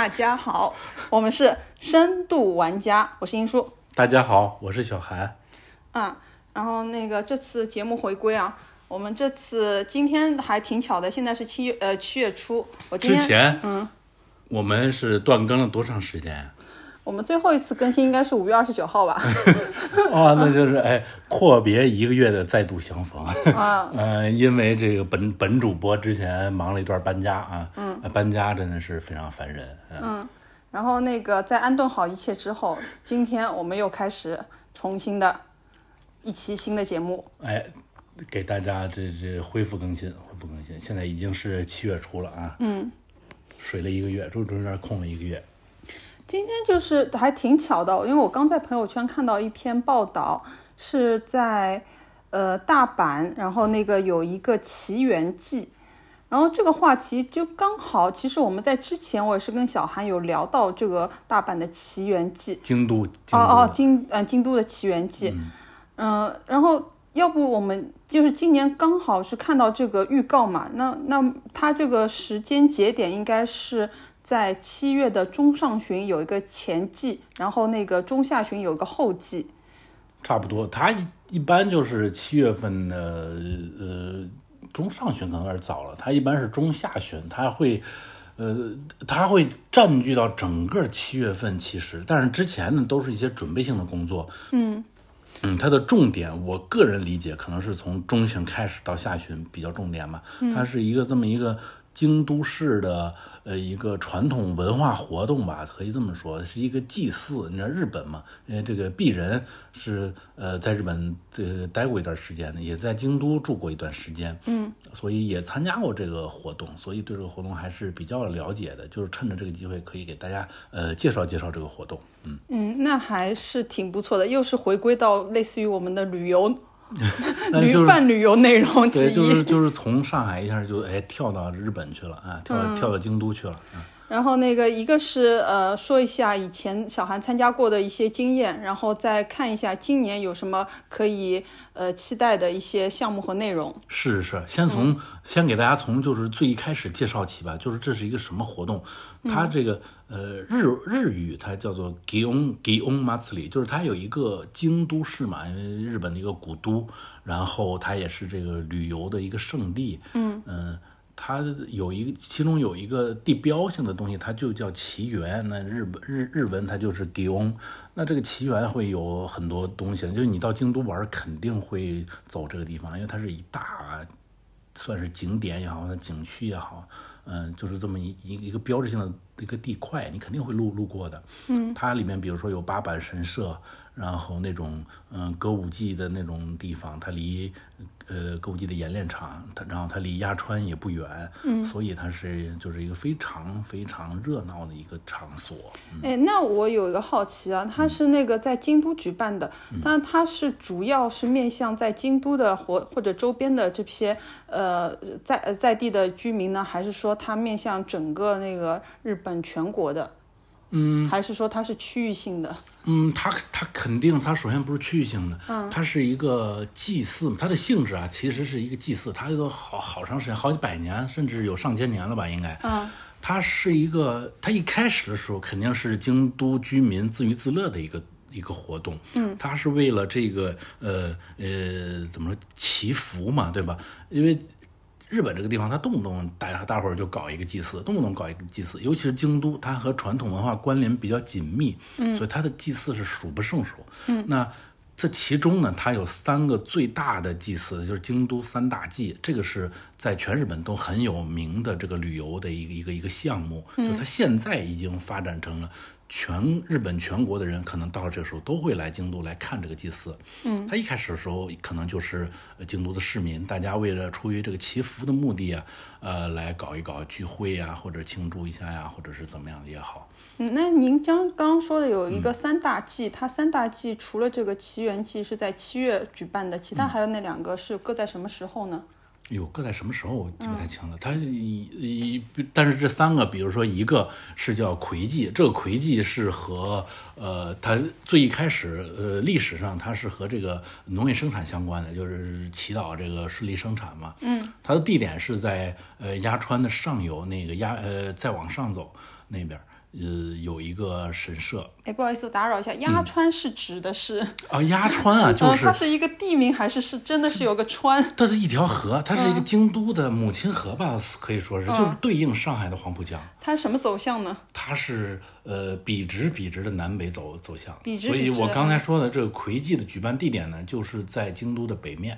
大家好，我们是深度玩家，我是英叔。 大家好，我是小韩。 然后这次节目回归啊，我们今天还挺巧的，现在是7月初。 之前我们是断更了多长时间？ 我们最后一次更新应该是5月29号吧。 那就是阔别1个月的再度相逢因为这个本主播之前忙了一段搬家啊，搬家真的是非常烦人。 然后在安顿好一切之后，今天我们又开始重新的一期新的节目。 给大家这恢复更新，现在已经是7月初了啊。水了1个月，中间空了1个月。 今天就是还挺巧的，因为我刚在朋友圈看到一篇报道，是在大阪，然后有一个奇缘记，然后这个话题就刚好，其实我们在之前我也是跟小韩有聊到这个大阪的奇缘记， 京都京都的奇缘记，然后要不我们就是今年刚好是看到这个预告嘛，那它这个时间节点应该是在7月的中上旬有一个前季，然后中下旬有一个后季， 差不多。它一般就是7月份的中上旬可能有点早了，它一般是中下旬，它会占据到整个7月份其实，但是之前呢都是一些准备性的工作。它的重点，我个人理解可能是从中旬开始到下旬比较重点嘛。它是这么一个京都市的一个传统文化活动吧，可以这么说，是一个祭祀。你知道日本嘛？因为这个鄙人是在日本待过一段时间的，也在京都住过一段时间，所以也参加过这个活动，所以对这个活动还是比较了解的。就是趁着这个机会，可以给大家介绍介绍这个活动。 那还是挺不错的，又是回归到类似于我们的旅游。 泛旅游内容之一， 对，就是从上海一下就跳到日本去了啊，跳到京都去了。 然后一个是说一下以前小韩参加过的一些经验，然后再看一下今年有什么可以期待的一些项目和内容。是， 先给大家从就是最一开始介绍起吧，就是这是一个什么活动。它这个日语它叫做 Gion Matsuri， 就是它有一个京都市嘛，因为日本的一个古都，然后它也是这个旅游的一个胜地。它其中有一个地标性的东西，它就叫奇缘。那日文它就是 Gion。那这个奇缘会有很多东西，就是你到京都玩肯定会走这个地方，因为它是一大算是景点也好，景区也好，就是这么一个标志性的一个地块，你肯定会路过的。它里面比如说有八坂神社，然后那种歌舞伎的那种地方，它离歌舞伎的演练场，然后它离鸭川也不远，所以它就是一个非常非常热闹的一个场所。 那我有一个好奇啊，它是在京都举办的，但它是主要是面向在京都的或者周边的这些在地的居民呢，还是说它面向整个日本全国的？还是说它是区域性的？ 它肯定，它首先不是区域性的，它是一个祭祀，它的性质啊，其实是一个祭祀，它都好长时间，好几百年，甚至有上千年了吧，应该。它是它一开始的时候肯定是京都居民自娱自乐的一个活动，它是为了这个怎么说祈福嘛，对吧？因为日本这个地方，它动不动大伙儿就搞一个祭祀，尤其是京都，它和传统文化关联比较紧密，所以它的祭祀是数不胜数。那这其中呢，它有3个最大的祭祀，就是京都3大祭，这个是在全日本都很有名的这个旅游的一个项目，就它现在已经发展成了日本全国的人可能到了这个时候都会来京都来看这个祭祀。他一开始的时候可能就是京都的市民，大家为了出于这个祈福的目的啊，来搞一搞聚会啊，或者庆祝一下呀，或者是怎么样的也好。 那您刚刚说的有一个3大祭，它3大祭除了这个奇缘祭是在7月举办的，其他还有那2个是各在什么时候呢？ 各在什么时候我记不太清了。但是这3个，比如说一个是叫魁祭，这个魁祭是和它最一开始历史上它是和这个农业生产相关的，就是祈祷这个顺利生产嘛。它的地点是在鸭川的上游再往上走那边。 有一个神社。 不好意思，我打扰一下，鸭川是指的是鸭川啊，就是它是一个地名还是真的是有个川？ 它是一条河，它是一个京都的母亲河吧，可以说是，就是对应上海的黄浦江。 它什么走向呢？ 它是笔直的南北走向， 所以我刚才说的这个魁祭的举办地点呢，就是在京都的北面。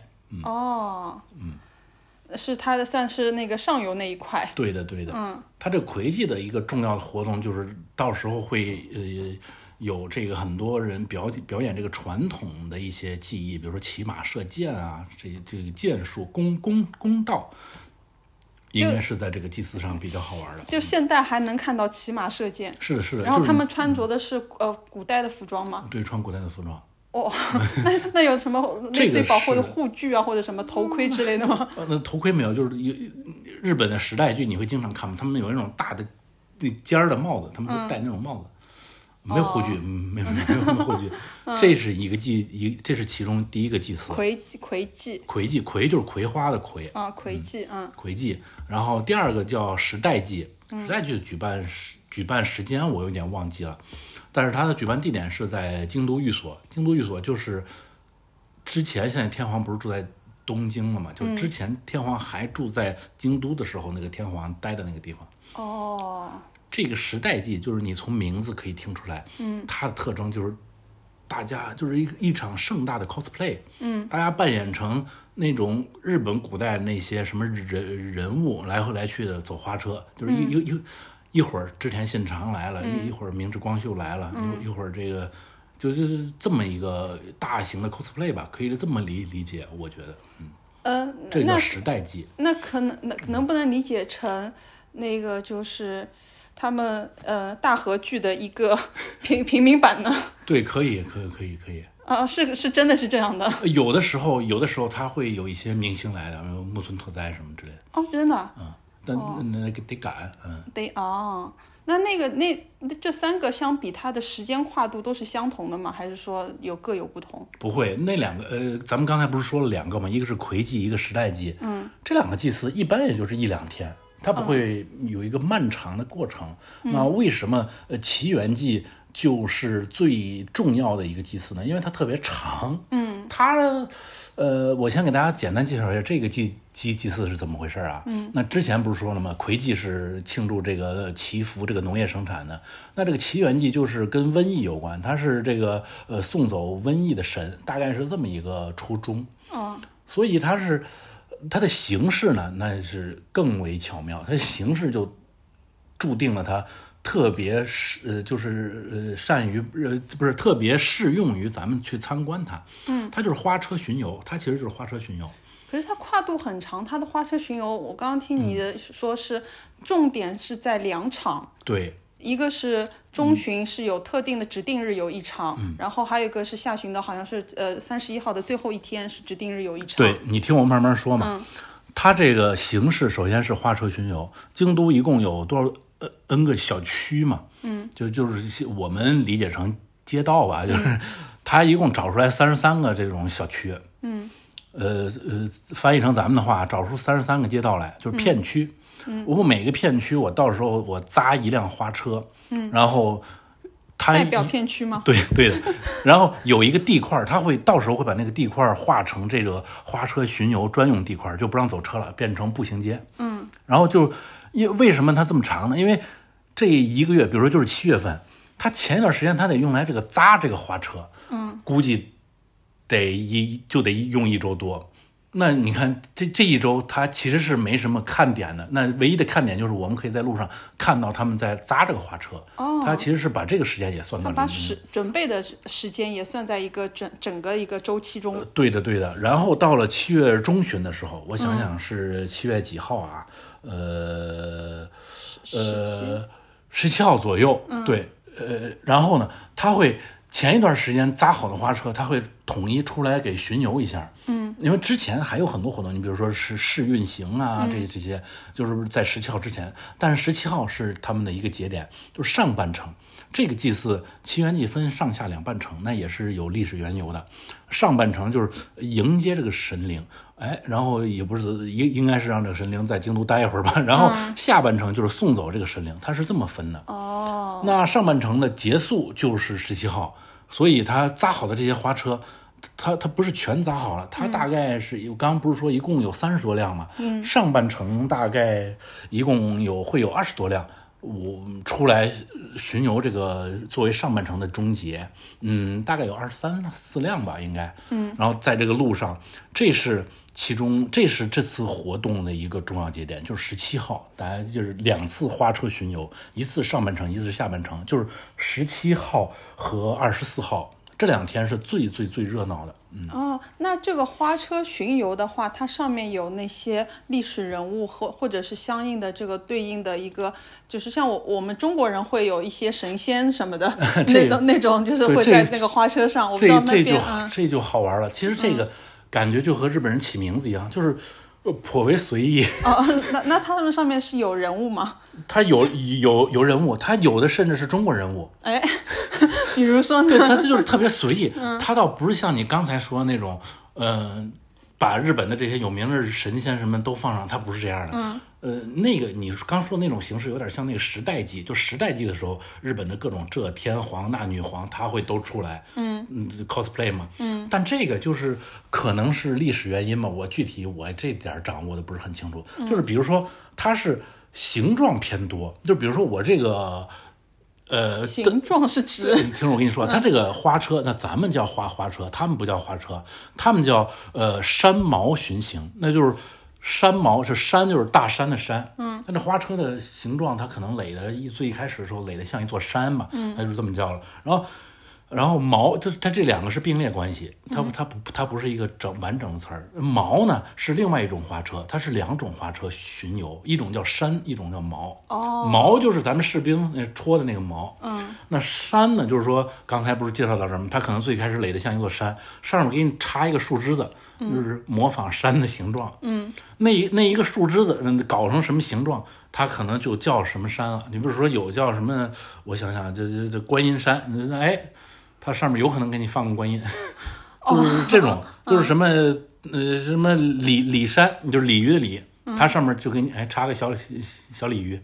是它的算是那个上游那一块。 对的。它这魁祭的一个重要的活动就是到时候会有这个很多人表演这个传统的一些技艺，比如说骑马射箭啊，这个剑术弓道。应该是在这个祭祀上比较好玩的， 就现代还能看到骑马射箭。 是的。 然后他们穿着的是古代的服装吗？ 对，穿古代的服装。 那有什么类似于保护的护具啊，或者什么头盔之类的吗？ 那头盔没有，就是日本的时代剧你会经常看，他们有那种大的尖儿的帽子，他们会戴那种帽子。没有护具，没有护具。这是这是其中第一个祭祀。 魁祭。 魁就是葵花的葵啊，魁祭。 魁祭。然后第二个叫时代祭，时代祭的举办时间我有点忘记了，但是它的举办地点是在京都御所。京都御所就是之前现在天皇不是住在东京了嘛？就之前天皇还住在京都的时候，那个天皇待的那个地方。这个时代祭就是你从名字可以听出来，它的特征就是大家就是一场盛大的 cosplay，大家扮演成那种日本古代那些什么人物来回来去的走花车，就是一会儿织田信长来了，一会儿明智光秀来了，一会儿这个就是这么一个大型的 cosplay 吧，可以这么理解，我觉得，这叫时代祭。 那可能不能理解成那个就是他们大河剧的一个平民版呢？对， 可以是真的是这样的。 有的时候他会有一些明星来的，木村拓哉什么之类的。 真的。 但那个得赶。 那这三个相比，它的时间跨度都是相同的吗？还是说各有不同？ 不会，那两个咱们刚才不是说了两个吗？一个是魁祭，一个时代祭。这两个祭祀一般也就是1-2天。它不会有一个漫长的过程。那为什么祈源祭就是最重要的一个祭祀呢？因为它特别长。我先给大家简单介绍一下这个祭祀是怎么回事啊？那之前不是说了吗？魁祭是庆祝这个祈福这个农业生产的。那这个祈源祭就是跟瘟疫有关，它是这个送走瘟疫的神，大概是这么一个初衷。所以它的形式呢，那是更为巧妙。它的形式就注定了它特别善于不是特别适用于咱们去参观它。它就是花车巡游，它其实就是花车巡游。 可是它跨度很长，它的花车巡游，我刚刚听你的说是重点是在2场。 对。 一个是中旬是有特定的指定日有一场，然后还有一个是下旬的，好像是31号的最后一天是指定日有一场。 对，你听我慢慢说嘛。它这个形式首先是花车巡游。京都一共有多少N 个小区嘛？就是我们理解成街道吧，就是它一共找出来33个这种小区。翻译成咱们的话，找出33个街道来，就是片区。我每个片区，我到时候我扎一辆花车，然后它代表片区吗？ 对的。然后有一个地块，它到时候会把那个地块划成这个花车巡游专用地块，就不让走车了，变成步行街。然后为什么它这么长呢？因为这一个月，比如说就是7月份，它前一段时间它得用来这个扎这个花车，估计得用1周多。那你看这一周它其实是没什么看点的，那唯一的看点就是我们可以在路上看到他们在扎这个花车。它其实是把这个时间也算到里面， 把准备的时间也算在一个整个一个周期中。 对的。然后到了7月中旬的时候，我想想是7月几号啊？17号左右。对。然后呢，他会前一段时间扎好的花车，他会统一出来给巡游一下。因为之前还有很多活动，你比如说是试运行啊，这些就是在17号之前。但是17号是他们的一个节点，就是上半程。 这个祭祀奇缘记分上下两半程，那也是有历史缘由的。上半程就是迎接这个神灵，然后也不是应该是让这个神灵在京都待一会儿吧，然后下半程就是送走这个神灵，它是这么分的。那上半程的结束就是17号，所以他扎好的这些花车。它不是全扎好了，它大概是我刚刚不是说一共有30多辆嘛，上半程大概一共会有20多辆，我出来巡游这个作为上半程的终结，大概有23-24辆吧，应该，然后在这个路上，这是这次活动的一个重要节点，就是17号，大家就是2次花车巡游，一次上半程，一次下半程，就是17号和24号。这2天是最热闹的。 那这个花车巡游的话，它上面有那些历史人物或者是相应的这个对应的一个，就是像我们中国人会有一些神仙什么的那种，就是会在那个花车上。我不知道那边这就好玩了。其实这个感觉就和日本人起名字一样，就是颇为随意。 那他们上面是有人物吗？ 他有人物，他有的甚至是中国人物。 比如说呢？ 对，他就是特别随意。他倒不是像你刚才说那种，把日本的这些有名的神仙什么都放上，他不是这样的。那个你刚说的那种形式有点像那个时代记，就时代记的时候，日本的各种这天皇那女皇，他会都出来，cosplay 嘛。但这个就是可能是历史原因嘛，我具体这点掌握的不是很清楚。就是比如说它是形状偏多，就比如说我这个。 形状是指， 听着我跟你说，它这个花车，那咱们叫花车，他们不叫花车，他们叫山毛巡行，那就是山毛是山，就是大山的山。那这花车的形状，它可能垒的最一开始的时候垒的像一座山嘛，它就这么叫了。然后毛就是它这2个是并列关系，它不是一个完整的词儿。毛呢是另外一种花车，它是2种花车巡游，一种叫山，一种叫毛。毛就是咱们士兵那戳的那个毛。那山呢，就是说刚才不是介绍到什么，它可能最开始垒的像一座山，上面给你插一个树枝子，就是模仿山的形状。那一个树枝子搞成什么形状，它可能就叫什么山了。你比如说有叫什么，我想想，这观音山，它上面有可能给你放个观音，就是这种，就是什么什么鲤山，就是鲤鱼的鲤，它上面就给你插个小鲤鱼。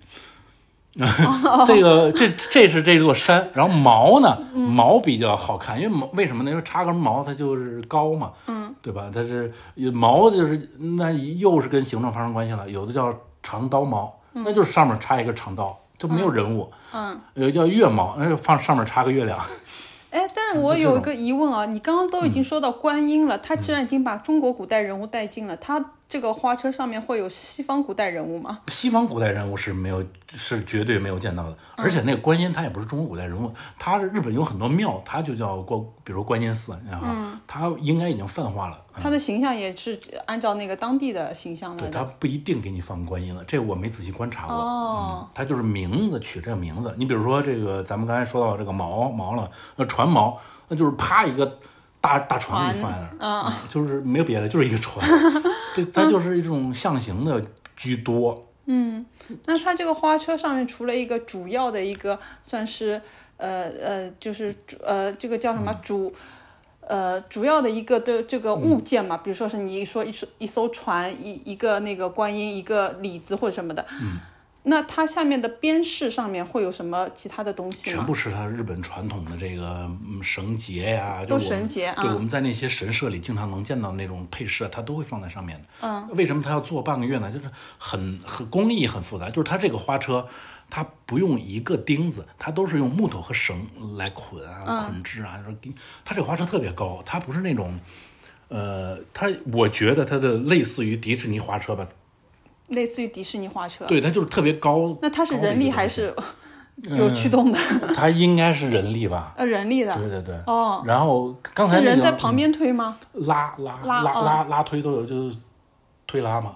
这是这座山。然后毛呢，毛比较好看，因为为什么呢？因为插根毛它就是高嘛，对吧？它是毛，就是那又是跟形状发生关系了。有的叫长刀毛，那就是上面插一个长刀，就没有人物。有叫月毛，那就放上面插个月亮。 但是我有一个疑问啊，你刚刚都已经说到观音了，他既然已经把中国古代人物带进了，他这个花车上面会有西方古代人物吗？ 西方古代人物是绝对没有见到的，而且那个观音他也不是中国古代人物，他日本有很多庙，他就叫比如说观音寺，他应该已经泛化了。 他的形象也是按照那个当地的形象来的。 对，他不一定给你放观音了，这个我没仔细观察过。他就是名字取这个名字。你比如说这个，咱们刚才说到这个毛了，那船毛，那就是啪一个大船给你放在那儿，就是没有别的，就是一个船。它就是一种象形的居多。 那它这个花车上面除了一个主要的一个算是就是这个叫什么主要的一个的这个物件嘛，比如说是你说一艘船，一个那个观音，一个李子或者什么的。那它下面的边饰上面会有什么其他的东西吗？ 全部是它日本传统的这个绳结呀， 都绳结。 对，我们在那些神社里经常能见到那种配饰，它都会放在上面的。为什么它要做半个月呢？就是很工艺很复杂，就是它这个花车，它不用一个钉子，它都是用木头和绳来捆制啊。它这个花车特别高，它不是那种，我觉得它的类似于迪士尼花车吧。 类似于迪士尼花车， 对，它就是特别高。 那它是人力还是有驱动的？ 它应该是人力吧？ 人力的。 对。然后刚才是人在旁边推吗？ 拉推都有，就是推拉嘛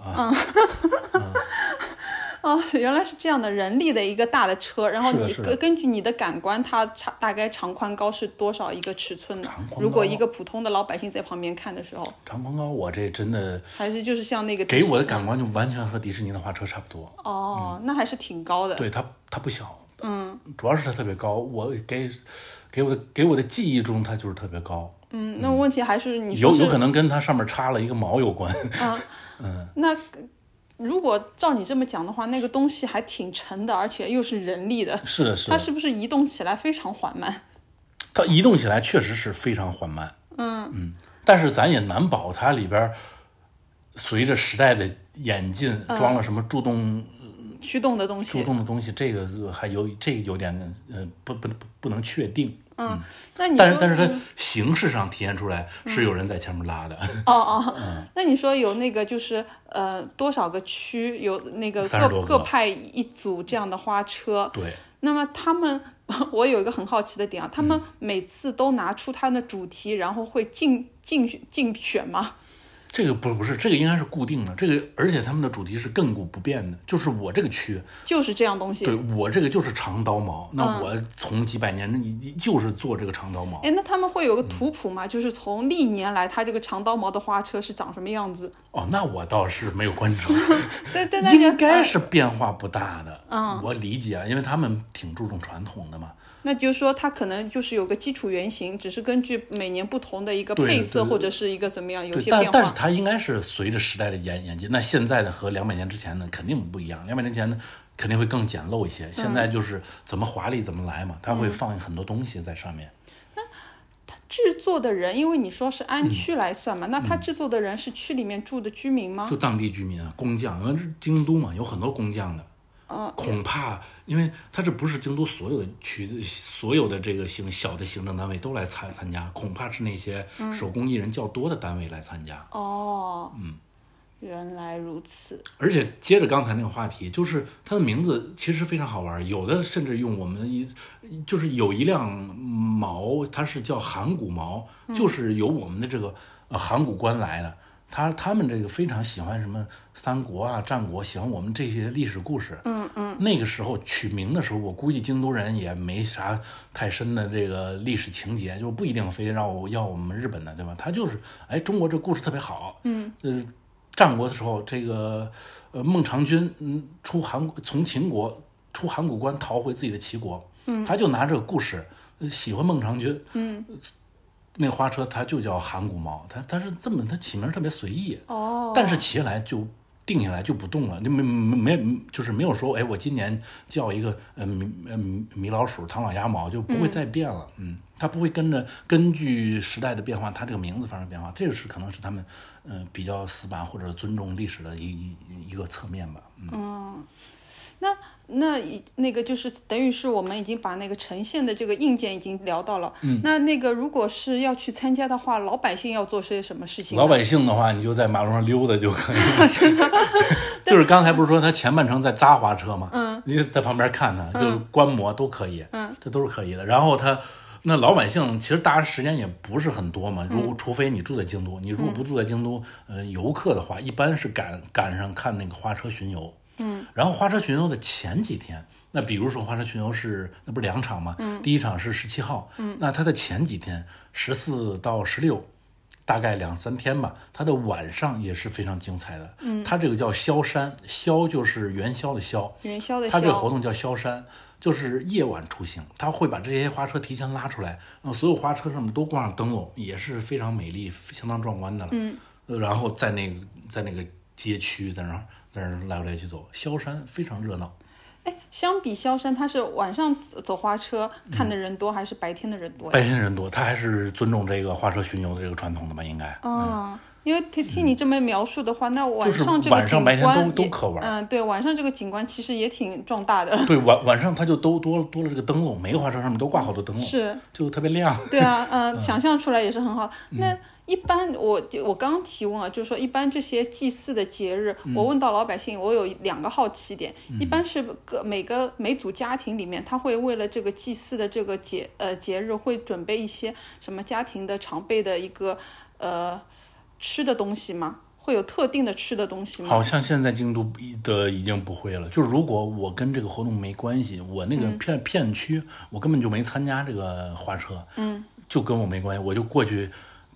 原来是这样的，人力的一个大的车，然后你根据你的感官，它大概长宽高是多少一个尺寸呢？如果一个普通的老百姓在旁边看的时候， 长宽高我这真的还是就是像那个给我的感官就完全和迪士尼的花车差不多。 那还是挺高的。 对，它不小， 主要是它特别高，我给我的记忆中它就是特别高。 那问题还是你说有可能跟它上面插了一个毛有关。 那如果照你这么讲的话，那个东西还挺沉的，而且又是人力的。 是的，是的。 它是不是移动起来非常缓慢？ 它移动起来确实是非常缓慢。但是咱也难保它里边随着时代的演进，装了什么驱动的东西， 这个有点不能确定。 那你但是它形式上体现出来是有人在前面拉的。 那你说有那个就是多少个区有那个各派一组这样的花车？ 对。 那么我有一个很好奇的点啊，他们每次都拿出他的主题，然后会竞选吗？ 这个不是，这个应该是固定的。这个而且他们的主题是亘古不变的，就是我这个区就是这样东西。 对，我这个就是长刀矛，那我从几百年就是做这个长刀矛。 那他们会有个图谱吗？就是从历年来它这个长刀矛的花车是长什么样子？ 那我倒是没有关注。 对， 应该是变化不大的。我理解，因为他们挺注重传统的嘛。 那就是说它可能就是有个基础原型，只是根据每年不同的一个配色或者是一个怎么样有些变化。 但是它应该是随着时代的演进。那现在的和200年之前的肯定不一样，200年前的肯定会更简陋一些。现在就是怎么华丽怎么来嘛，它会放很多东西在上面。 那它制作的人，因为你说是按区来算嘛，那它制作的人是区里面住的居民吗？ 就当地居民啊，工匠，因为是京都嘛，有很多工匠的。恐怕因为它这不是京都所有的所有的这个小的行政单位都来参加，恐怕是那些手工艺人较多的单位来参加。 原来如此。 而且接着刚才那个话题，就是它的名字其实非常好玩，有的甚至用我们就是有一辆矛，它是叫函谷矛，就是由我们的这个函谷关来的。他们这个非常喜欢什么三国啊、战国，喜欢我们这些历史故事。那个时候取名的时候，我估计京都人也没啥太深的这个历史情节，就不一定非要我们日本的，对吧？他就是中国这故事特别好。战国的时候，这个孟尝君从秦国出函谷关逃回自己的齐国，他就拿这个故事喜欢孟尝君。那个花车它就叫函谷矛，它是这么，它起名特别随意。但是起来就定下来就不动了，就就是没有说我今年叫一个米老鼠、唐老鸭毛就不会再变了。它不会根据时代的变化，它这个名字发生变化，这个可能是他们比较死板或者尊重历史的一个侧面吧。 那个就是等于是我们已经把那个呈现的这个硬件已经聊到了。那个如果是要去参加的话，老百姓要做些什么事情呢？ 老百姓的话，你就在马路上溜达就可以了。就是刚才不是说他前半程在扎花车吗？你在旁边看他，就是观摩都可以。这都是可以的。然后那老百姓其实大家时间也不是很多嘛，除非你住在京都，你如果不住在京都，游客的话，一般是赶上看那个花车巡游。然后花车巡游的前几天，那比如说花车巡游那不是2场吗？第一场是17号，那它的前几天14到16，大概2-3天吧，它的晚上也是非常精彩的。它这个叫宵山，宵就是元宵的宵，它这个活动叫宵山，就是夜晚出行，它会把这些花车提前拉出来，然后所有花车上面都挂上灯笼，也是非常美丽、相当壮观的了。然后在那个街区在那儿来回去走，萧山非常热闹。 相比萧山，它是晚上走花车看的人多，还是白天的人多？ 白天的人多，他还是尊重这个花车巡游的这个传统的吧，应该。 因为听你这么描述的话，那晚上这个景观，晚上白天都可玩。 对，晚上这个景观其实也挺壮大的。 对，晚上它就都多了这个灯笼，每个花车上面都挂好多灯笼， 是就特别亮。 对啊，想象出来也是很好。那一般我刚刚提问啊，就是说一般这些祭祀的节日，我问到老百姓，我有2个好奇点，一般是每组家庭里面，他会为了这个祭祀的这个节日，会准备一些什么家庭的常备的一个吃的东西吗？会有特定的吃的东西吗？ 好像现在京都的已经不会了。就是如果我跟这个活动没关系，我那个片区我根本就没参加这个花车，就跟我没关系，我就过去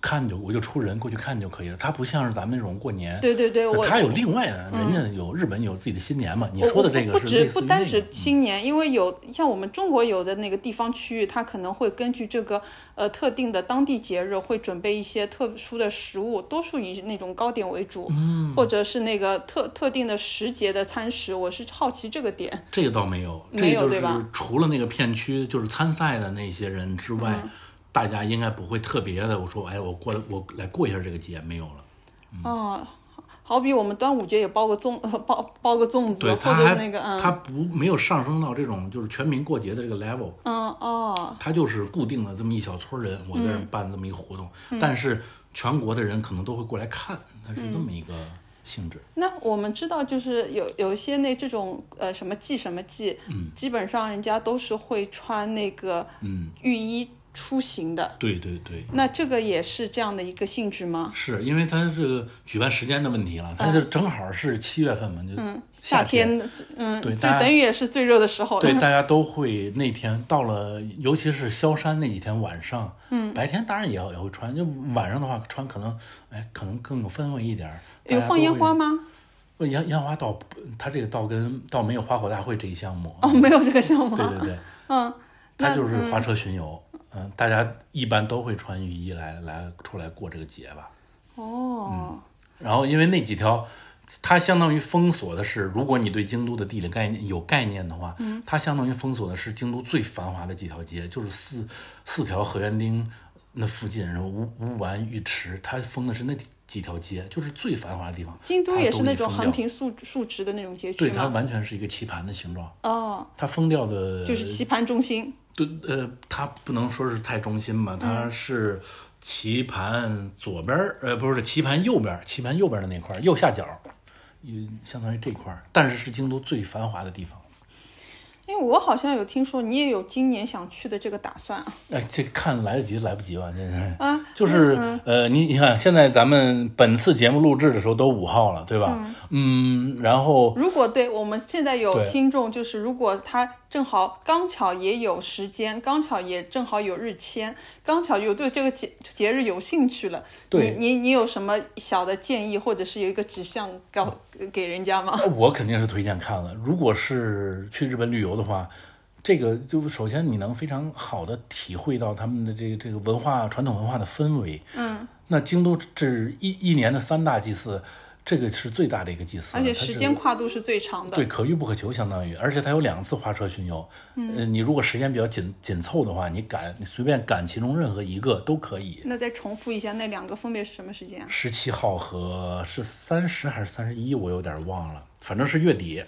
我就出人过去看就可以了。它不像是咱们那种过年， 对， 它有另外的，人家日本有自己的新年嘛。你说的这个是不单指新年，因为像我们中国有的那个地方区域，它可能会根据这个特定的当地节日，会准备一些特殊的食物，多数以那种糕点为主，或者是那个特定的时节的餐食。我是好奇这个点。 这个倒没有，这就是除了那个片区就是参赛的那些人之外。大家应该不会特别的，我说，哎，我来过一下这个节，没有了。 好比我们端午节也包个粽子， 对， 或者那个它没有上升到这种就是全民过节的这个 level。它就是固定的这么一小撮人，我在这办这么一个活动，但是全国的人可能都会过来看，它是这么一个性质。 那我们知道，就是有一些这种什么祭，基本上人家都是会穿那个浴衣出行的。 对， 那这个也是这样的一个性质吗？ 是因为它这个举办时间的问题了，它就正好是7月份嘛，就夏天， 对， 就等于也是最热的时候。 对，大家都会那天到了，尤其是萧山那几天晚上，白天当然也会穿，就晚上的话穿可能更有氛围一点。 有放烟花吗？ 烟花它这个倒没有花火大会这一项目。 没有这个项目。 对，它就是花车巡游。大家一般都会穿浴衣来出来过这个节吧。然后因为那几条，它相当于封锁的是，如果你对京都的地理有概念的话，它相当于封锁的是京都最繁华的几条街，就是四条河园町那附近，然后乌丸浴池，它封的是那几条街，就是最繁华的地方。 京都也是那种横平竖直的那种街区吗？ 对，它完全是一个棋盘的形状。它封掉的就是棋盘中心。 对，它不能说是太中心吧，它是棋盘左边，不是棋盘右边的那块右下角，相当于这块，但是京都最繁华的地方。 因为我好像有听说你也有今年想去的这个打算。 这看来得及来不及吧？这是就是你看，现在咱们本次节目录制的时候都5号了，对吧？然后如果对我们现在有听众，就是如果他正好刚巧也有时间，刚巧也正好有日签，刚巧有对这个节日有兴趣了，你有什么小的建议，或者是有一个指向给人家吗？ 我肯定是推荐看了。如果是去日本旅游的话，这个就首先你能非常好的体会到他们的这个传统文化的氛围。那京都这一年的3大祭祀，这个是最大的一个祭祀， 而且时间跨度是最长的。 对，可遇不可求，相当于，而且它有2次花车巡游。你如果时间比较紧凑的话，你随便赶其中任何一个都可以。 那再重复一下，那2个分别是什么时间 ？17号和是30还是31，我有点忘了，反正是月底。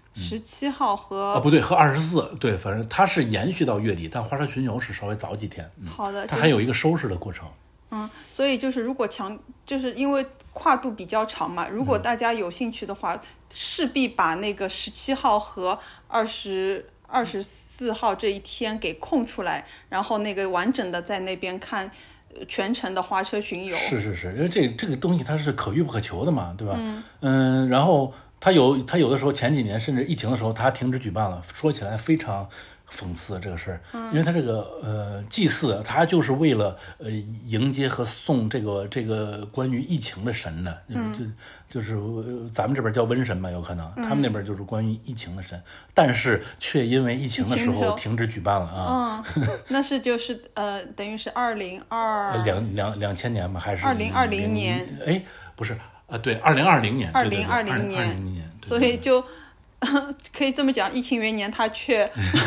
17号和不对，和24，对，反正它是延续到月底，但花车巡游是稍微早几天。 好的， 它还有一个收拾的过程。 所以就是如果就是因为跨度比较长嘛，如果大家有兴趣的话，势必把那个17号和24号这一天给空出来，然后那个完整的在那边看全程的花车巡游。 是，因为这个东西它是可遇不可求的嘛，对吧？然后它有的时候前几年甚至疫情的时候它停止举办了，说起来非常讽刺这个事儿，因为它这个祭祀，它就是为了迎接和送这个关于疫情的神的，就是咱们这边叫瘟神嘛，有可能他们那边就是关于疫情的神，但是却因为疫情的时候停止举办了啊。 那是就是等于是 2020年吧，还是 2020年？ 哎，不是对，2020年 ，2020年，所以就。可以这么讲，疫情元年他却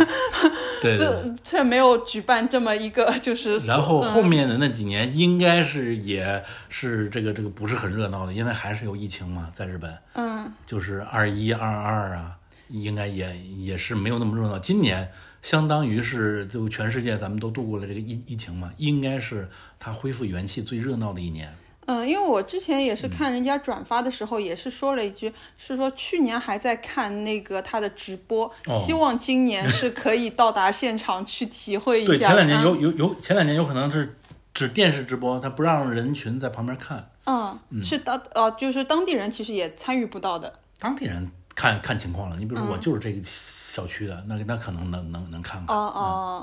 却没有举办这么一个就是。 然后后面的那几年应该也是这个不是很热闹的，因为还是有疫情嘛，在日本。就是21、22啊，应该也是没有那么热闹。今年相当于是就全世界咱们都度过了这个疫情嘛，应该是它恢复元气最热闹的一年。 因为我之前也是看人家转发的时候，也是说了一句，是说去年还在看那个他的直播，希望今年是可以到达现场去体会一下。 对，前2年有可能是只电视直播，他不让人群在旁边看。 是就是当地人其实也参与不到的。 当地人看情况了，你比如说我就是这个小区的，那可能能看看。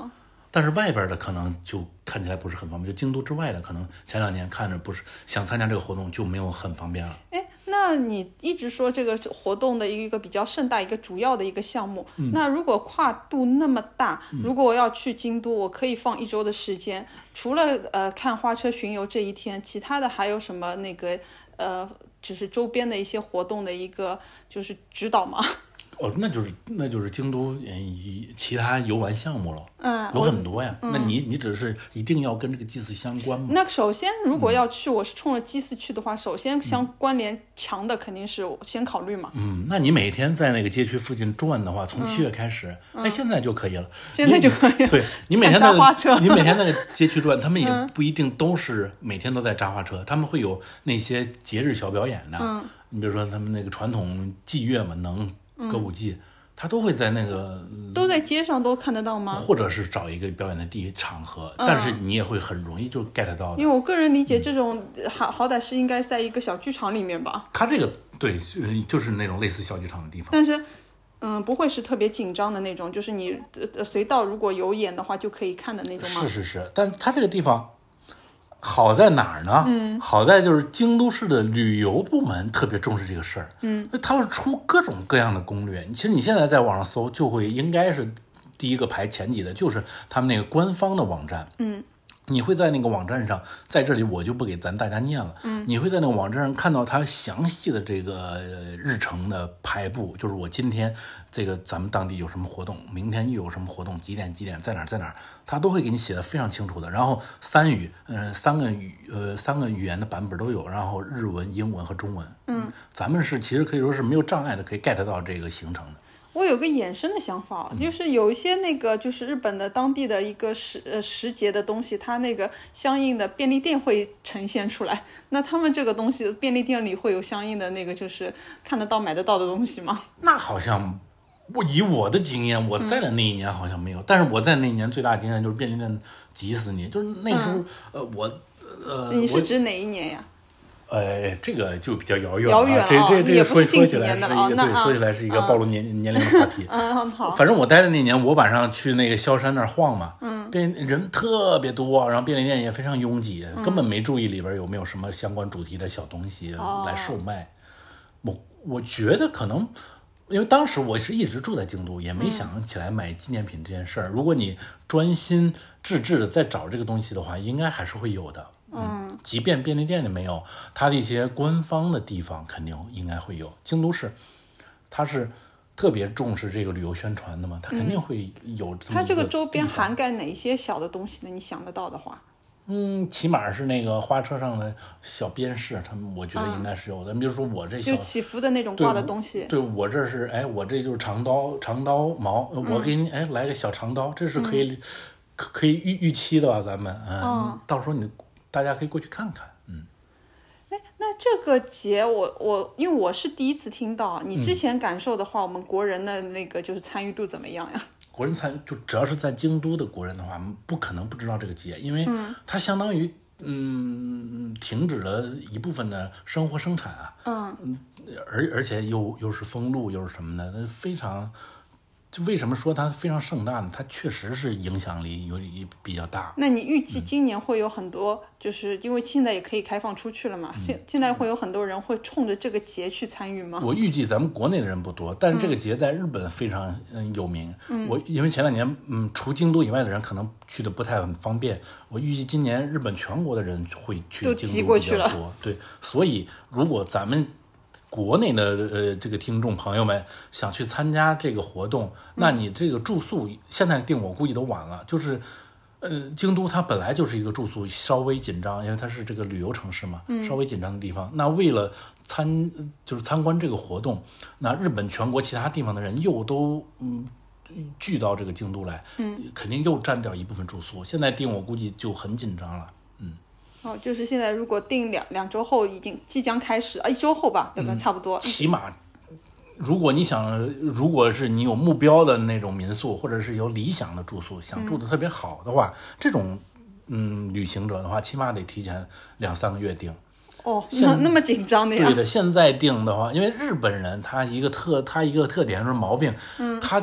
但是外边的可能就看起来不是很方便，就京都之外的可能前2年看着不是想参加这个活动就没有很方便了。 那你一直说这个活动的一个比较盛大、一个主要的一个项目，那如果跨度那么大，如果我要去京都，我可以放1周的时间，除了看花车巡游这一天，其他的还有什么那个就是周边的一些活动的一个就是指导吗？ 那就是京都其他游玩项目了，有很多呀。那你只是一定要跟这个祭祀相关吗？ 那首先如果要去，我是冲着祭祀去的话，首先关联强的肯定是我先考虑嘛。 那你每天在那个街区附近转的话，从7月开始，现在就可以了。 现在就可以了。 对，你每天扎花车， 你每天在那个街区转，他们也不一定都是每天都在扎花车，他们会有那些节日小表演的。你比如说他们那个传统祭乐嘛，歌舞伎，他都会在那个都在街上都看得到吗？ 或者是找一个表演的场合，但是你也会很容易就 get 到的。 因为我个人理解，这种好歹是应该在一个小剧场里面吧。 他这个对，就是那种类似小剧场的地方。 但是，不会是特别紧张的那种，就是你随到如果有演的话就可以看的那种吗？ 是，但是他这个地方。好在哪儿呢？好在就是京都市的旅游部门特别重视这个事儿。他会出各种各样的攻略。其实你现在在网上搜，就会应该是第一个排前几的，就是他们那个官方的网站。你会在那个网站上，在这里我就不给大家念了。你会在那个网站上看到它详细的这个日程的排布，就是我今天这个咱们当地有什么活动，明天又有什么活动，几点在哪儿，它都会给你写的非常清楚的。然后三个语言的版本都有，然后日文、英文和中文。咱们其实可以说是没有障碍的，可以 get 到这个行程的。 我有个衍生的想法，就是有一些那个就是日本的当地的一个时节的东西，它那个相应的便利店会呈现出来。那他们这个东西便利店里会有相应的那个就是看得到买得到的东西吗？ 那好像以我的经验，我在的那一年好像没有。但是我在那一年最大的经验就是便利店急死你，就是那时候你是指哪一年呀？ 这个就比较遥远了。 这个说起来是一个说起来是一个暴露年龄的话题。 好。 反正我待的那年，我晚上去那个萧山那儿晃嘛，人特别多，然后便利店也非常拥挤，根本没注意里边有没有什么相关主题的小东西来售卖。我觉得可能，因为当时我是一直住在京都，也没想起来买纪念品这件事儿。如果你专心致志的在找这个东西的话，应该还是会有的。即便便利店里没有，它的一些官方的地方肯定应该会有。京都市，它是特别重视这个旅游宣传的嘛，它肯定会有这么一个地方。 它这个周边涵盖哪些小的东西呢？你想得到的话， 起码是那个花车上的小边饰，我觉得应该是有的。比如说我这就起伏的那种挂的东西。 对，我这是我这就是长刀矛，我给你来个小长刀，这是可以预期的吧？咱们到时候大家可以过去看看。 那这个节因为我是第一次听到，你之前感受的话，我们国人的那个就是参与度怎么样呀？ 国人就只要是在京都的国人的话，不可能不知道这个节，因为它相当于停止了一部分的生活生产啊。而且又是封路又是什么的，非常。就为什么说它非常盛大呢？它确实是影响力比较大。 那你预计今年会有很多，就是因为现在也可以开放出去了嘛？现在会有很多人会冲着这个节去参与吗？ 我预计咱们国内的人不多，但是这个节在日本非常有名。因为前2年除京都以外的人可能去的不太很方便，我预计今年日本全国的人会去京都比较多。对，所以如果咱们国内的这个听众朋友们想去参加这个活动，那你这个住宿现在订我估计都晚了。就是京都它本来就是一个住宿稍微紧张，因为它是这个旅游城市嘛，稍微紧张的地方。那为了参观这个活动，那日本全国其他地方的人又都聚到这个京都来，肯定又占掉一部分住宿。现在订我估计就很紧张了。 就是现在如果定两周后已经即将开始1周后吧，对吧？差不多。 起码，如果是你有目标的那种民宿，或者是有理想的住宿，想住的特别好的话，这种旅行者的话，起码得提前2-3个月订。 那么紧张的呀？ 对的，现在订的话，因为日本人他一个特点是毛病，他就是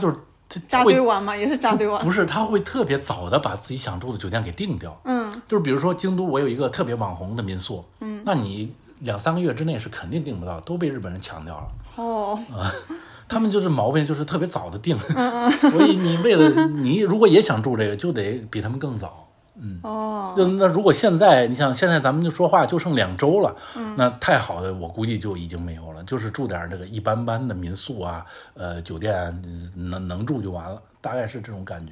扎堆玩吗？也是扎堆玩？ 不是，他会特别早的把自己想住的酒店给订掉。就是比如说京都，我有一个特别网红的民宿，那你2-3个月之内是肯定订不到，都被日本人抢掉了。他们就是毛病，就是特别早的订，所以你为了你如果也想住这个，就得比他们更早。那如果现在你想，现在咱们就说话就剩2周了，那太好的我估计就已经没有了，就是住点这个一般般的民宿啊，酒店能住就完了，大概是这种感觉。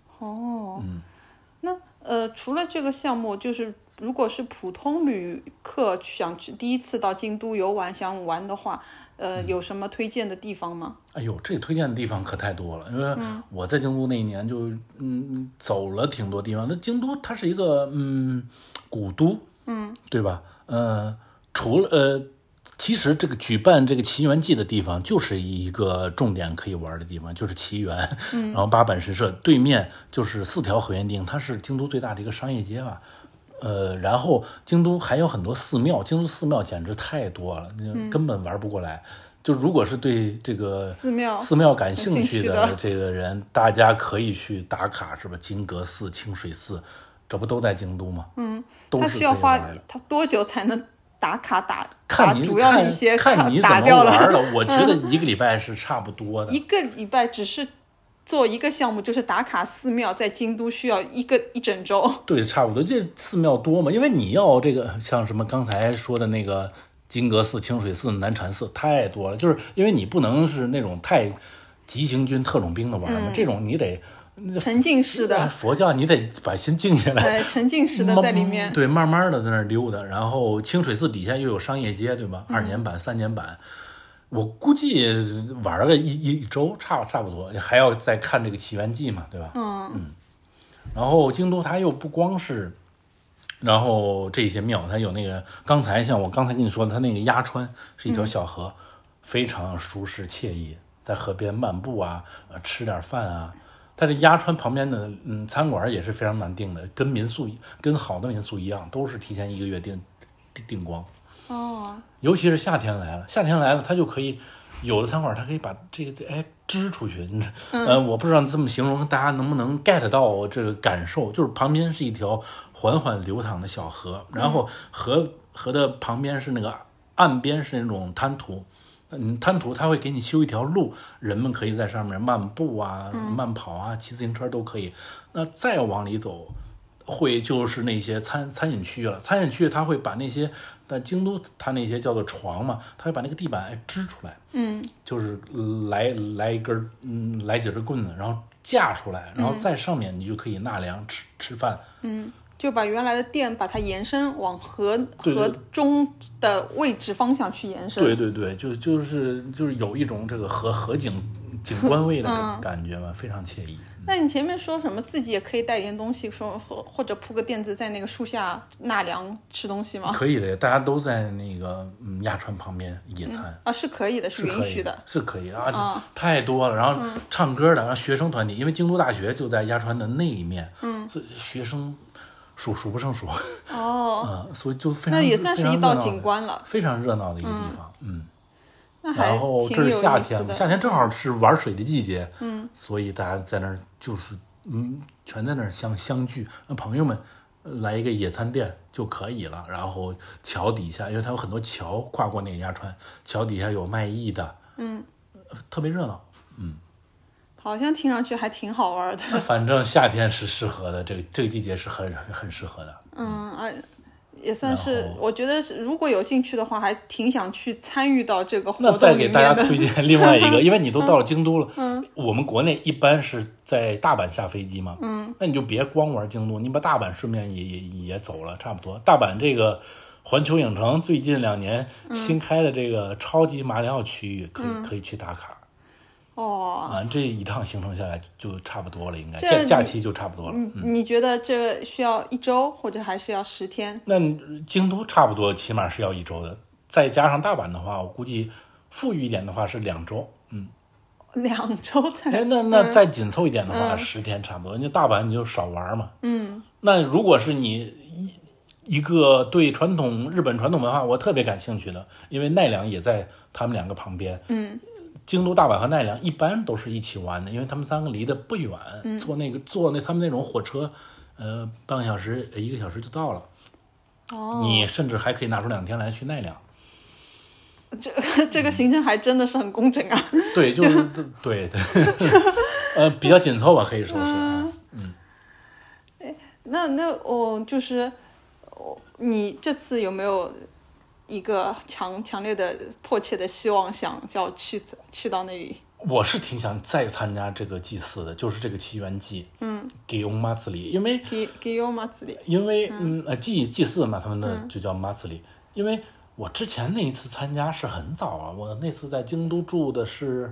那除了这个项目，就是如果是普通旅客想去第一次到京都游玩想玩的话，有什么推荐的地方吗？ 哎呦，这推荐的地方可太多了，因为我在京都那一年就走了挺多地方。那京都它是一个古都，对吧？除了其实这个举办这个奇缘祭的地方就是一个重点可以玩的地方，就是奇缘。然后八坂神社对面就是4条河原町，它是京都最大的一个商业街吧。然后京都还有很多寺庙，京都寺庙简直太多了，根本玩不过来。就如果是对这个寺庙感兴趣的这个人，大家可以去打卡，是吧？金阁寺、清水寺，这不都在京都吗？都是可以玩的。他需要花他多久才能打卡看主要一些看你怎么玩了。我觉得1个礼拜是差不多的。 1个礼拜只是做一个项目，就是打卡寺庙，在京都需要一整周。 对，差不多。这寺庙多嘛？因为你要这个像什么刚才说的那个金阁寺、清水寺、南禅寺太多了，就是因为你不能是那种太急行军特种兵的玩嘛，这种你得沉浸式的佛教，你得把心静下来， 沉浸式的在里面， 对，慢慢的在那儿溜达。然后清水寺底下又有商业街，对吧？2年版、3年版。我估计玩个一周差不多，还要再看这个奇缘记嘛，对吧？然后京都它又不光是，然后这些庙它有那个像我刚才跟你说的，它那个鸭川是一条小河，非常舒适惬意，在河边漫步啊，吃点饭啊。它这鸭川旁边的餐馆也是非常难订的，跟好的民宿一样，都是提前1个月订光。尤其是夏天来了，它就可以有的餐馆它可以把这个支出去。我不知道这么形容大家能不能 get 到这个感受，就是旁边是一条缓缓流淌的小河，然后河的旁边是那个岸边是那种滩涂。滩涂它会给你修一条路，人们可以在上面漫步啊、慢跑啊、骑自行车都可以。那再往里走，会就是那些餐饮区了。餐饮区它会把那些在京都它那些叫做床嘛，它会把那个地板支出来，就是来几根棍子，然后架出来，然后在上面你就可以纳凉吃饭。 就把原来的店把它延伸往河中的位置方向去延伸。 对，就是有一种这个河景观位的感觉嘛，非常惬意。 那你前面说什么自己也可以带点东西，说或者铺个垫子在那个树下纳凉吃东西吗？ 可以的，大家都在那个鸭川旁边野餐是可以的，是允许的， 是可以的太多了。然后唱歌的，然后学生团体，因为京都大学就在鸭川的那一面，学生数不胜数所以就非常， 那也算是一道景观了， 非常热闹的一个地方。然后这是夏天，夏天正好是玩水的季节，所以大家在那儿就是全在那儿相聚。那朋友们来一个野餐店就可以了。然后桥底下，因为它有很多桥跨过那个鸭川，桥底下有卖艺的，特别热闹。 好像听上去还挺好玩的。 反正夏天是适合的，这个季节是很适合的。 也算是，我觉得如果有兴趣的话，还挺想去参与到这个活动里面的。 那再给大家推荐另外一个，因为你都到了京都了，我们国内一般是在大阪下飞机嘛，那你就别光玩京都，你把大阪顺便也走了，差不多。大阪这个环球影城最近2年新开的这个超级马里奥区域，可以去打卡。这一趟行程下来就差不多了，应该假期就差不多了。 你觉得这个需要1周，或者还是要10天？ 那京都差不多起码是要1周的，再加上大阪的话，我估计富裕一点的话是2周。 2周才？ 那再紧凑一点的话，10天差不多。你大阪你就少玩嘛。那如果是你一个对日本传统文化我特别感兴趣的，因为奈良也在他们两个旁边。京都、大阪和奈良一般都是一起玩的，因为他们三个离得不远，坐他们那种火车，半个小时、1个小时就到了。你甚至还可以拿出2天来去奈良。 这个行程还真的是很工整啊。 对，就是对，比较紧凑吧，可以说是。 那就是你这次有没有一个强烈的迫切的希望想要去到那里？ 我是挺想再参加这个祭祀的，就是这个祈源祭。祇園祭，因为祇園祭， 因为祭祀嘛，他们的就叫祭。因为我之前那一次参加是很早了，我那次在京都住的是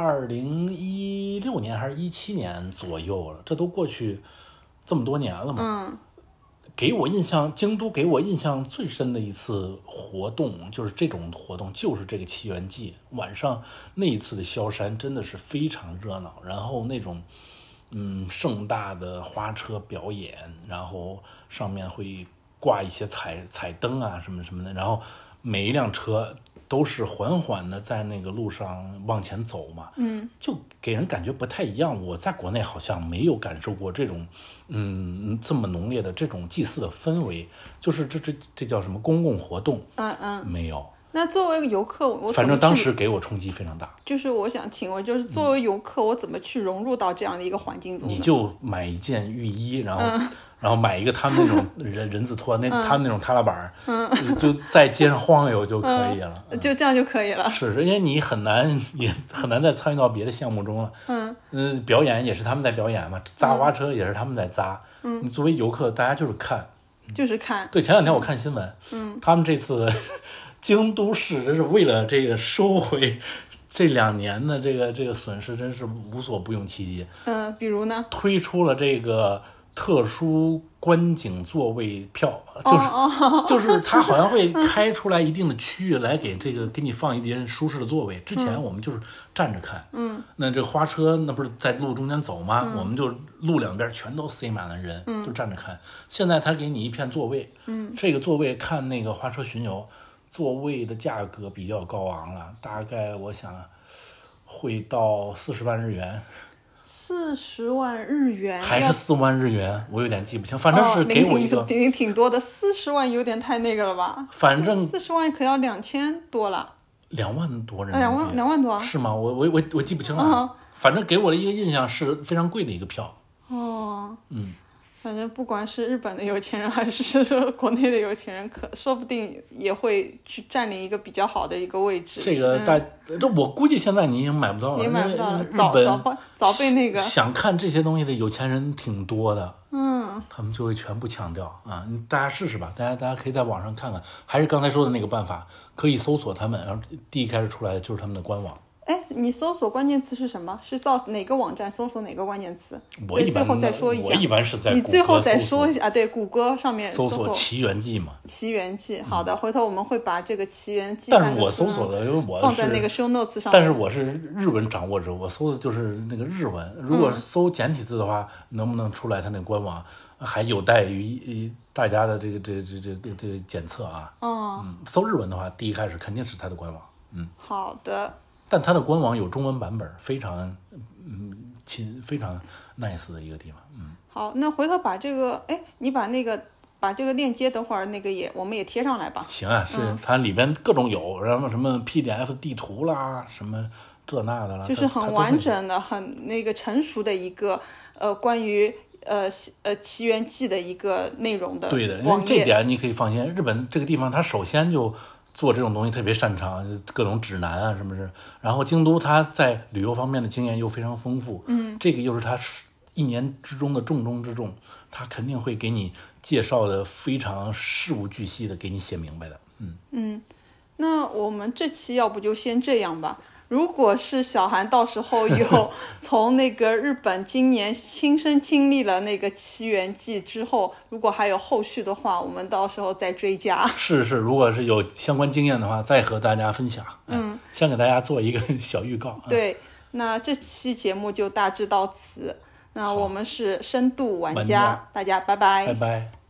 2016年还是17年左右了，这都过去这么多年了嘛。京都给我印象最深的一次活动，就是这种活动，就是这个祈源祭。晚上那一次的萧山真的是非常热闹，然后那种盛大的花车表演，然后上面会挂一些彩灯啊什么什么的，然后每一辆车都是缓缓的在那个路上往前走嘛，就给人感觉不太一样。我在国内好像没有感受过这种，这么浓烈的这种祭祀的氛围，就是这叫什么公共活动？没有。 那作为一个游客，我反正当时给我冲击非常大。 就是我想请问，就是作为游客，我怎么去融入到这样的一个环境中呢？ 你就买一件浴衣，然后买一个他们那种人字拖，他们那种踏拉板，就在街上晃悠就可以了。 就这样就可以了。 是，因为你也很难再参与到别的项目中了。表演也是他们在表演嘛，扎花车也是他们在扎。你作为游客，大家就是看。对，前2天我看新闻，他们这次京都市真是为了这个收回这2年的这个损失，真是无所不用其极。 比如呢？ 推出了这个特殊观景座位票，就是它好像会开出来一定的区域来给你放一点舒适的座位。之前我们就是站着看，那这花车那不是在路中间走吗？我们就路两边全都塞满了人，就站着看。现在他给你一片座位，这个座位看那个花车巡游，座位的价格比较高昂了，大概我想会到40万日元。 40万日元还是4万日元，我有点记不清，反正是给我一个挺多的。40万有点太那个了吧？ 反正 40万可要2000多了 ，2万多人民币， 2万多是吗？我记不清了，反正给我的一个印象是非常贵的一个票。 反正不管是日本的有钱人还是说国内的有钱人，说不定也会去占领一个比较好的一个位置。 这个我估计现在你已经买不到了， 也买不到了。 日本早被那个想看这些东西的有钱人挺多的，他们就会全部强调啊！大家试试吧，大家可以在网上看看，还是刚才说的那个办法，可以搜索他们，然后第一开始出来的就是他们的官网。 你搜索关键词是什么？是到哪个网站搜索哪个关键词？最后再说一下。 我一般是在你最后再说一下啊，对，谷歌上面搜索祈源记嘛。 祈源记，好的，回头我们会把这个祈源记3个字， 但是我搜索的，因为我放在那个 show notes 上面。 但是我是日文掌握者，我搜的就是那个日文。如果搜简体字的话，能不能出来它那个官网，还有待于大家的这个检测啊。搜日文的话，第一开始肯定是它的官网。 好的。 但它的官网有中文版本，非常非常 nice 的一个地方。 好，那回头把这个，你把这个链接，等会儿那个我们也贴上来吧。 行啊，是它里边各种有，然后什么 PDF 地图啦，什么这那的啦， 就是很完整的、很那个成熟的一个关于祈源记的一个内容的网页。对的，因为这点你可以放心，日本这个地方它首先就做这种东西特别擅长，各种指南啊什么是，然后京都它在旅游方面的经验又非常丰富，这个又是它1年之中的重中之重，它肯定会给你介绍的非常事无巨细的给你写明白的。 那我们这期要不就先这样吧。如果是小韩到时候有从那个日本今年亲身经历了那个祈源记之后，如果还有后续的话，我们到时候再追加。 是，如果是有相关经验的话，再和大家分享。先给大家做一个小预告。 对，那这期节目就大致到此。那我们是深度玩家，大家拜拜。 拜拜。